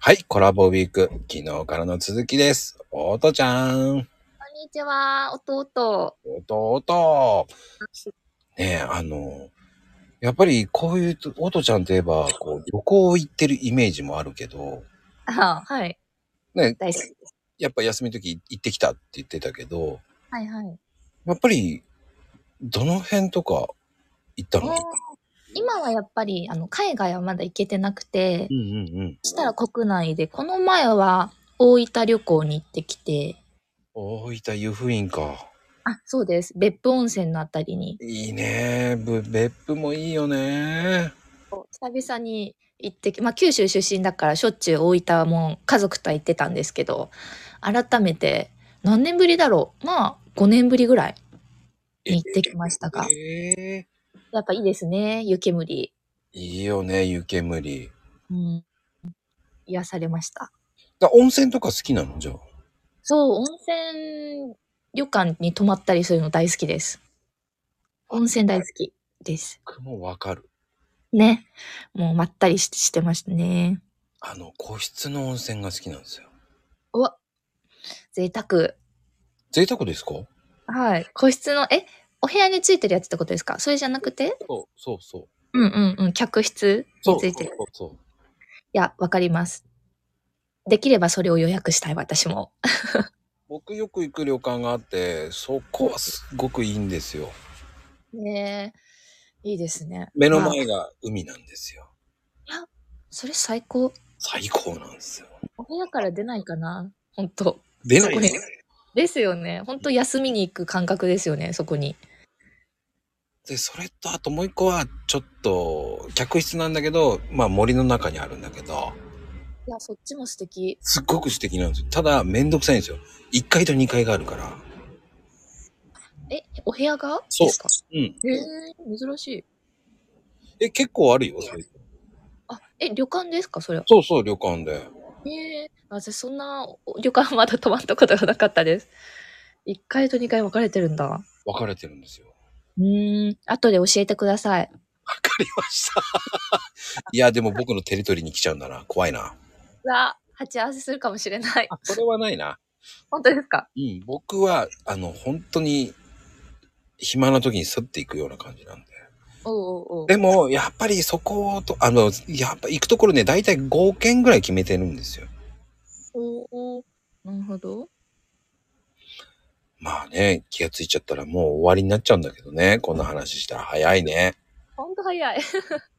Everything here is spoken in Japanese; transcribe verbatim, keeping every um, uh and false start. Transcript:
はい、コラボウィーク、昨日からの続きです。おとちゃん。 こんにちは、弟。 弟。ねえ、あの、やっぱりこういうと、おとちゃんといえば、こう、旅行行ってるイメージもあるけど、 あ、はい。 ね、 大好きです。 やっぱ休みの時行ってきたって言ってたけど、 はいはい。 やっぱり、どの辺とか行ったの？ おー今はやっぱり、あの、海外はまだ行けてなくて、 うんうんうん。 そしたら国内で、この前は大分旅行に行ってきて、 大分湯布院か。 あ、そうです。別府温泉のあたりに、 いいね。ぶ別府もいいよね。 久々に行ってき、まあ、九州出身だからしょっちゅう大分も家族とは行ってたんですけど、改めて、何年ぶりだろう。まあ、ごねんぶりぐらいえ、 に行ってきましたが、 えやっぱいいですね、湯煙。 ー、いいよね、湯煙。 うん、癒されました。 だ温泉とか好きなのじゃあ？ そう、温泉旅館に泊まったりするの大好きです。 あ、 温泉大好きです。 僕もわかる。 ね。もうまったりししてましたね。 あの、個室の温泉が好きなんですよ。 うわ、贅沢。 贅沢ですか？ はい。個室の、え、お部屋についてるやつってことですか？それじゃなくて？ そう、そうそう。 うんうんうん。客室にそうそうついてる。 そうそう。 いや、わかります。できればそれを予約したい、私も。 僕よく行く旅館があって、そこはすごくいいんですよ。 ねえ、いいですね。 目のまあ、 前が海なんですよ。 いや、それ最高。 最高なんですよ。 お部屋から出ないかな？ほんと。そこに。 出ないです。 ですよね。ほんと休みに行く感覚ですよね、そこに。 で、それとあともう一個は、ちょっと、客室なんだけど、まあ森の中にあるんだけど、 いや、そっちも素敵。 すっごく素敵なんですよ。ただ、めんどくさいんですよ。いっかいとにかいがあるから。 え、お部屋がそう。 ですか？ うん。 へえ、珍しい。 え、結構あるよ、それ。 あ、え、旅館ですか？それは。 そうそう、旅館で。 へえ、私そんなお旅館まだ泊まったことがなかったです。いっかいとにかい分かれてるんだ。 分かれてるんですよ。 うーん、後で教えてください。 わかりました。いや、でも僕のテリトリーに来ちゃうんだな。怖いな。 うわ、鉢合わせするかもしれない。 あ、それはないな。 ほんとですか？ うん、僕は、あの、本当に暇な時にスッて行くような感じなんで。 おうおうおう。 でも、やっぱりそこと、あの、やっぱ行くところね、だいたいごけんぐらい決めてるんですよ。 おお、なるほど。 まあね、気がついちゃったらもう終わりになっちゃうんだけどね。こんな話したら早いね。 ほんと早い。